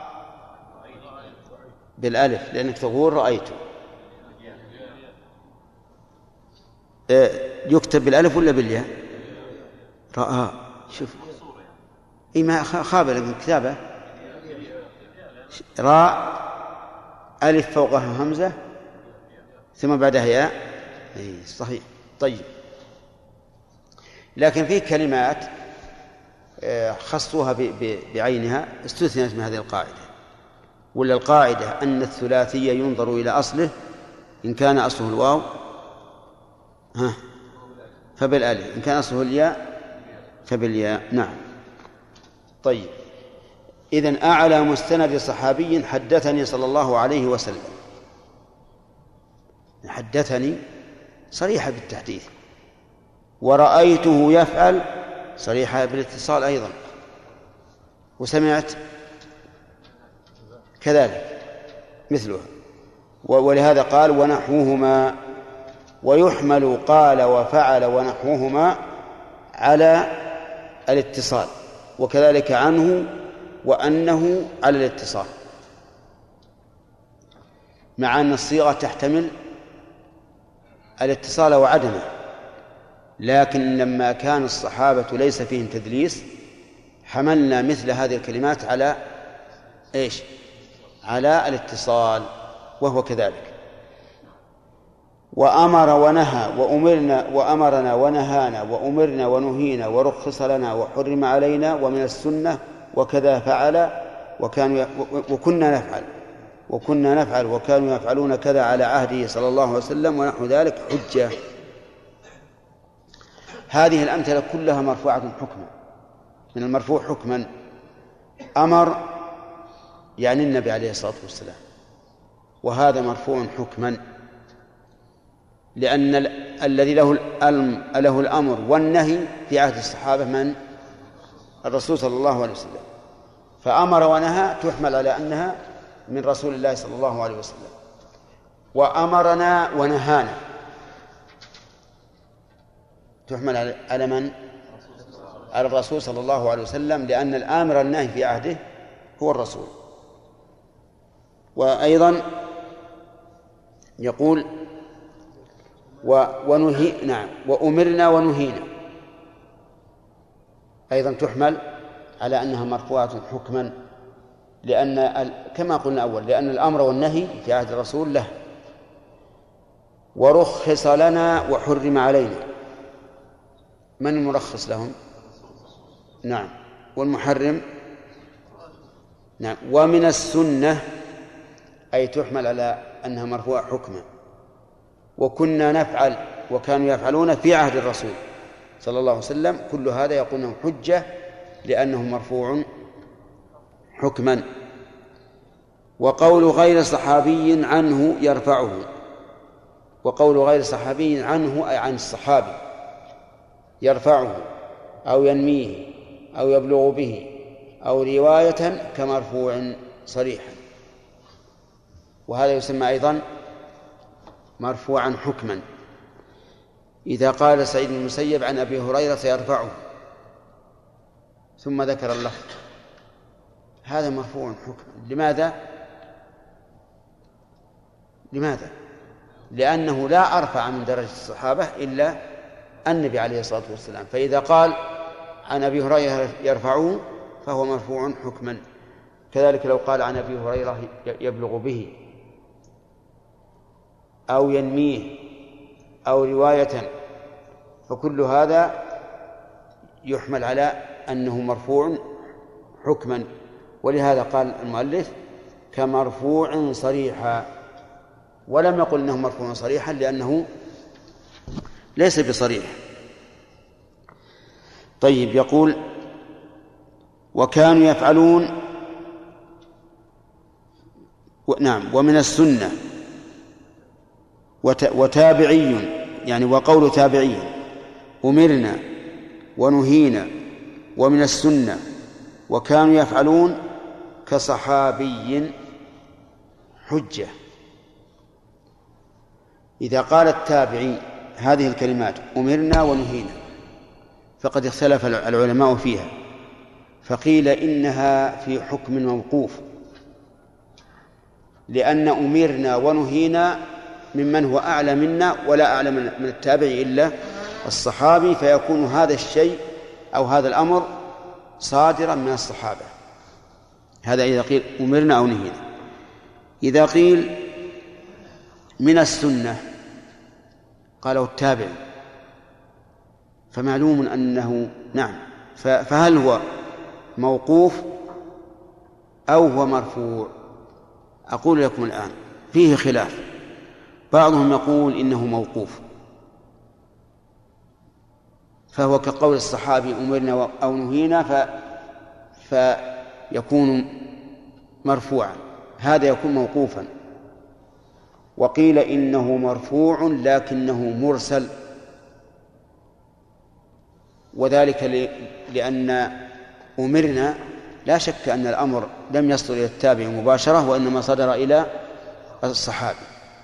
بالألف لأنك تقول رأيت، يكتب بالألف ولا بالياء؟ رأى. شوف إيه ما خاب لك الكتابة. راء ألف فوقها همزة ثم بعدها ياء. إيه صحيح. طيب لكن في كلمات خصوها بعينها استثنت من هذه القاعدة، ولا القاعدة أن الثلاثية ينظر إلى أصله، إن كان أصله الواو ها فبالألف، إن كان أصله الياء فبالياء. نعم. طيب إذن أعلى مستند صحابي حدثني صلى الله عليه وسلم. حدثني صريحة بالتحديث، ورأيته يفعل صريحة بالاتصال أيضا، وسمعت كذلك مثلها. ولهذا قال ونحوهما، ويحمل قال وفعل ونحوهما على الاتصال، وكذلك عنه وأنه على الاتصال، مع أن الصيغة تحتمل الاتصال وعدمه، لكن لما كان الصحابة ليس فيهم تدليس حملنا مثل هذه الكلمات على إيش؟ على الاتصال، وهو كذلك. وأمر ونهى وأمرنا، وأمرنا ونهانا وأمرنا ونهينا ورخص لنا وحرم علينا ومن السنة وكذا فعل وكانوا وكنا نفعل وكنا نفعل وكانوا يفعلون كذا على عهده صلى الله عليه وسلم ونحو ذلك حجة. هذه الأمثلة كلها مرفوعة حكما، من المرفوع حكما. أمر يعني النبي عليه الصلاة والسلام، وهذا مرفوع حكما، لأن الذي له له الأمر والنهي في عهد الصحابة من؟ الرسول صلى الله عليه وسلم. فأمر ونهى تحمل على أنها من رسول الله صلى الله عليه وسلم. وأمرنا ونهانا تحمل على من؟ على الرسول صلى الله عليه وسلم، لأن الآمر النهي في عهده هو الرسول. وأيضا يقول ونهي نعم وأمرنا ونهينا أيضا تحمل على أنها مرفوعة حكما، لأن كما قلنا أول لأن الأمر والنهي في عهد الرسول له. ورخص لنا وحرم علينا، من المرخص لهم؟ نعم. والمحرم؟ نعم. ومن السنة أي تحمل على أنها مرفوعة حكما، وكنا نفعل وكانوا يفعلون في عهد الرسول صلى الله عليه وسلم، كل هذا يقول أنه حجة لأنه مرفوع حكما. وقول غير صحابي عنه يرفعه، وقول غير صحابي عنه أي عن الصحابي يرفعه أو ينميه أو يبلغ به أو رواية كمرفوع صريحا، وهذا يسمى أيضا مرفوعا حكما. إذا قال سعيد بن المسيب عن أبي هريرة يرفعه ثم ذكر اللفظ، هذا مرفوع حكما. لماذا؟ لماذا؟ لأنه لا أرفع من درجة الصحابة إلا النبي عليه الصلاة والسلام، فإذا قال عن أبي هريرة يرفعه فهو مرفوع حكما. كذلك لو قال عن أبي هريرة يبلغ به أو ينميه أو رواية، فكل هذا يحمل على أنه مرفوع حكما. ولهذا قال المؤلف كمرفوع صريحا، ولم يقل إنه مرفوع صريحا لأنه ليس بصريح. طيب، يقول وكانوا يفعلون و... نعم ومن السنة وت... وتابعي، يعني وقول تابعي أمرنا ونهينا، ومن السنة وكانوا يفعلون كصحابي حجة. إذا قال التابعي هذه الكلمات أمرنا ونهينا فقد اختلف العلماء فيها، فقيل إنها في حكم موقوف، لأن أمرنا ونهينا ممن هو أعلى منا ولا أعلى من التابعي إلا الصحابي، فيكون هذا الشيء أو هذا الأمر صادرا من الصحابة. هذا إذا قيل أمرنا أو نهينا. إذا قيل من السنة قالوا التابع، فمعلوم أنه نعم، فهل هو موقوف أو هو مرفوع؟ أقول لكم الآن فيه خلاف، بعضهم يقول إنه موقوف فهو كقول الصحابي أمرنا أو نهينا ف... فيكون مرفوعا، هذا يكون موقوفا. وقيل إنه مرفوع لكنه مرسل، وذلك لأن أمرنا لا شك أن الأمر لم يصل إلى التابع مباشرة، وإنما صدر إلى الصحابي.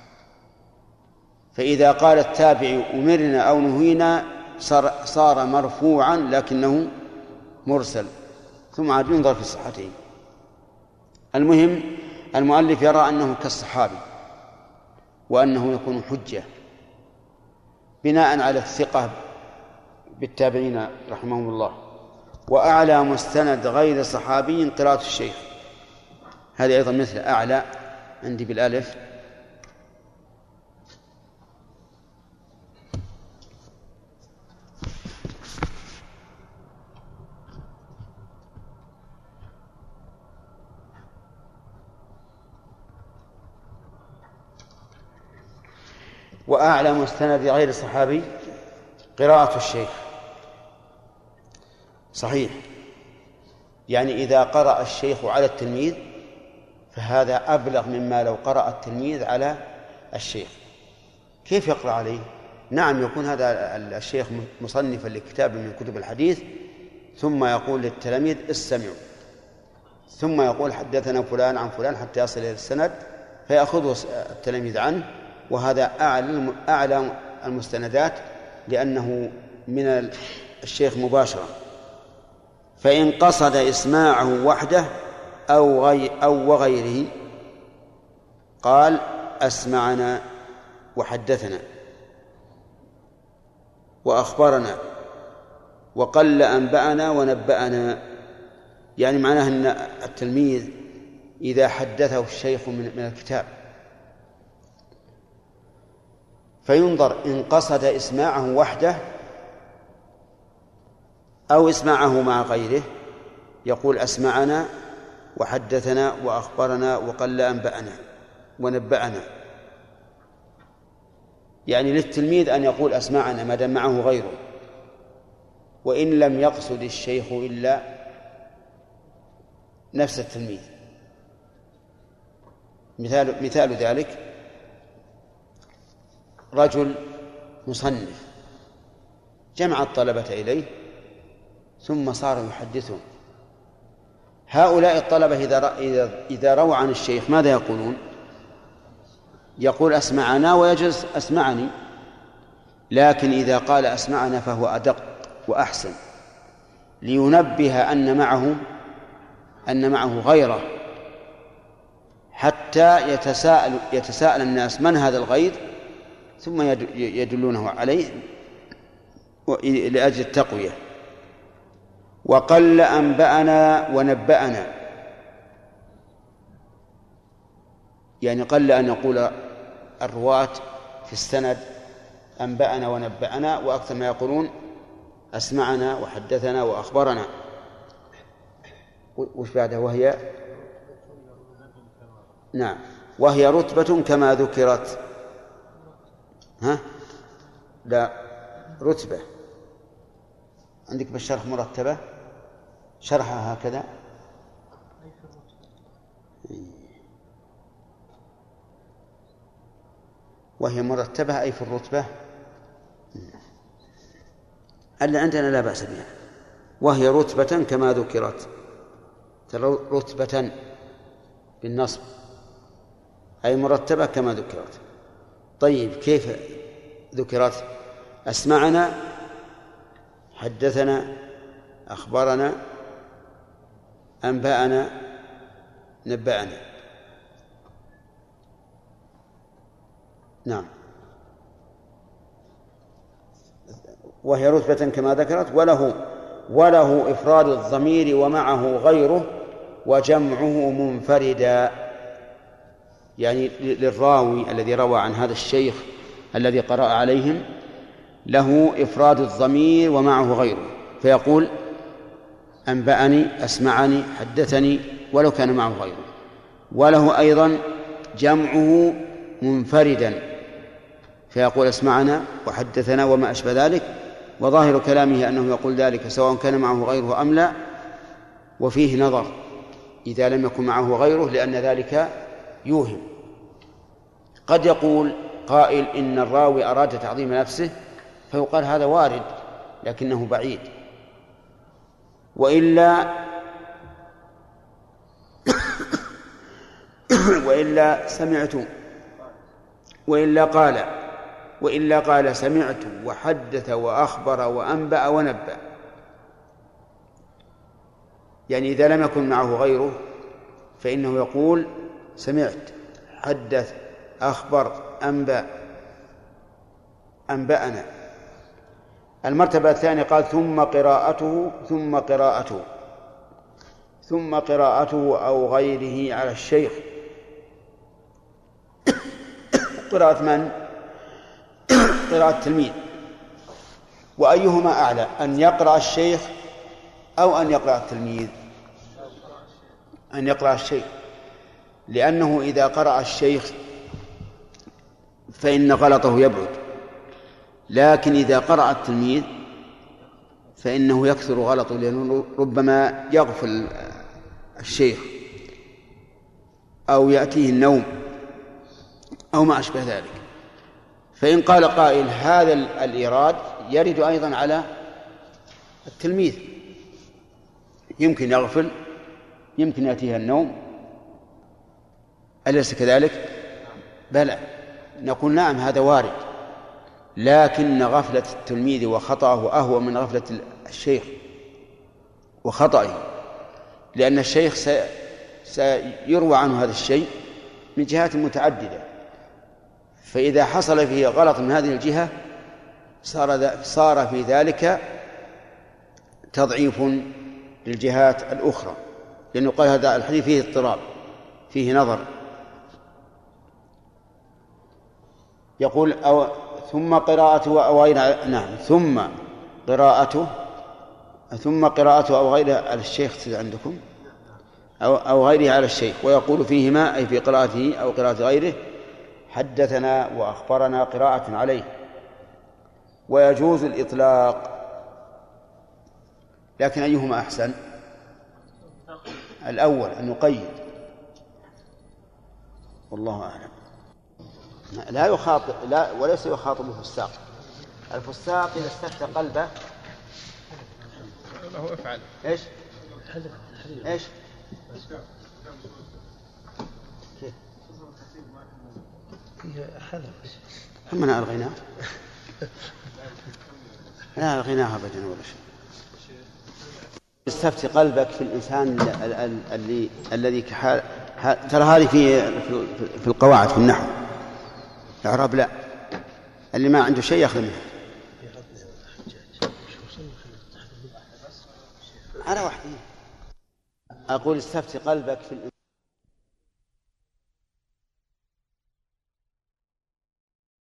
فإذا قال التابع أمرنا أو نهينا صار, صار مرفوعا لكنه مرسل، ثم عاد ينظر في صحته. المهم المؤلف يرى أنه كالصحابي وأنه يكون حجة بناء على الثقة بالتابعين رحمهم الله. وأعلى مستند غير صحابي قراءة الشيخ، هذه أيضا مثل أعلى عندي بالألف. وأعلى مستند غير الصحابي قراءة الشيخ، صحيح، يعني إذا قرأ الشيخ على التلميذ فهذا أبلغ مما لو قرأ التلميذ على الشيخ. كيف يقرأ عليه؟ نعم، يكون هذا الشيخ مصنفا لكتاب من كتب الحديث ثم يقول للتلاميذ استمعوا، ثم يقول حدثنا فلان عن فلان حتى يصل إلى السند فيأخذه التلاميذ عنه، وهذا أعلى أعلى المستندات لأنه من الشيخ مباشرة. فإن قصد إسماعه وحده أو غي أو وغيره قال أسمعنا وحدثنا وأخبرنا وقل أنبأنا ونبأنا، يعني معناه أن التلميذ إذا حدثه الشيخ من الكتاب فينظر إن قصد إسماعه وحده أو إسماعه مع غيره يقول أسمعنا وحدثنا وأخبرنا وقل أنبأنا ونبأنا. يعني للتلميذ أن يقول أسمعنا ما دام معه غيره، وإن لم يقصد الشيخ إلا نفس التلميذ. مثال مثال ذلك رجل مصنف جمع الطلبة إليه ثم صار يحدثهم. هؤلاء الطلبة إذا إذا رووا عن الشيخ ماذا يقولون؟ يقول أسمعنا ويجوز أسمعني، لكن إذا قال أسمعنا فهو أدق وأحسن، لينبه أن معه أن معه غيره، حتى يتساءل يتساءل الناس من هذا الغير، ثم يدلونه عليه لأجل التقوية. وقل أنبأنا ونبأنا، يعني قل أن يقول الرواة في السند أنبأنا ونبأنا، وأكثر ما يقولون أسمعنا وحدثنا وأخبرنا. وش بعده؟ وهي نعم وهي رتبة كما ذكرت. ها لا رتبة عندك بالشرح مرتبة، شرحها هكذا وهي مرتبة أي في الرتبة، اللي عندنا لا بأس بها. وهي رتبة كما ذكرت، رتبة بالنصب أي مرتبة كما ذكرت. طيب كيف ذكرت؟ أسمعنا حدثنا أخبرنا أنبأنا نبأنا. نعم وهي رتبة كما ذكرت. وله وله إفراد الضمير ومعه غيره وجمعه منفردا، يعني للراوي الذي روى عن هذا الشيخ الذي قرأ عليهم له إفراد الضمير ومعه غيره، فيقول أنبأني أسمعني حدثني ولو كان معه غيره. وله أيضا جمعه منفردا، فيقول أسمعنا وحدثنا وما أشبه ذلك، وظاهر كلامه أنه يقول ذلك سواء كان معه غيره أم لا، وفيه نظر إذا لم يكن معه غيره، لأن ذلك يوهم. قد يقول قائل إن الراوي أراد تعظيم نفسه، فيقال هذا وارد لكنه بعيد. وإلا وإلا سمعت وإلا قال وإلا قال سمعت وحدث وأخبر وأنبأ ونبأ، يعني إذا لم يكن معه غيره فإنه يقول سمعت حدث أخبر أنبأ أنبأنا. المرتبة الثانية قال ثم قراءته ثم قراءته ثم قراءته أو غيره على الشيخ. قراءة من؟ قراءة التلميذ. وأيهما أعلى، أن يقرأ الشيخ أو أن يقرأ التلميذ؟ أن يقرأ الشيخ، لأنه إذا قرأ الشيخ فإن غلطه يبعد، لكن إذا قرأ التلميذ فإنه يكثر غلطه، لأنه ربما يغفل الشيخ أو يأتيه النوم أو ما أشبه ذلك. فإن قال قائل هذا الإيراد يرد أيضا على التلميذ، يمكن يغفل يمكن يأتيه النوم، أليس كذلك؟ بلى، نقول نعم هذا وارد، لكن غفلة التلميذ وخطأه أهون من غفلة الشيخ وخطأه، لأن الشيخ سيروى عنه هذا الشيء من جهات متعددة، فإذا حصل فيه غلط من هذه الجهة صار صار في ذلك تضعيف للجهات الأخرى، لأنه قال هذا الحديث فيه اضطراب فيه نظر. يقول أو ثم قراءته أو غير نعم ثم قراءته ثم قراءته أو غيره على الشيخ عندكم أو أو غيره على الشيخ، ويقول فيهما أي في قراءته أو قراءة غيره حدثنا وأخبرنا قراءة عليه. ويجوز الإطلاق، لكن أيهما أحسن؟ الأول أن نقيد، والله أعلم. لا يخاطب، لا وليس يخاطبه الفساق. الفساق إذا استفتى قلبه له افعل ايش ايش هم أنا ألغيناه لا ألغيناها أبدا ولا شيء. استفتي قلبك في الإنسان الذي الذي كحال، ترى هذه في في القواعد في النحو، الإعراب لا، اللي ما عنده شيء يأخذ منه على واحد. أقول استفتي قلبك في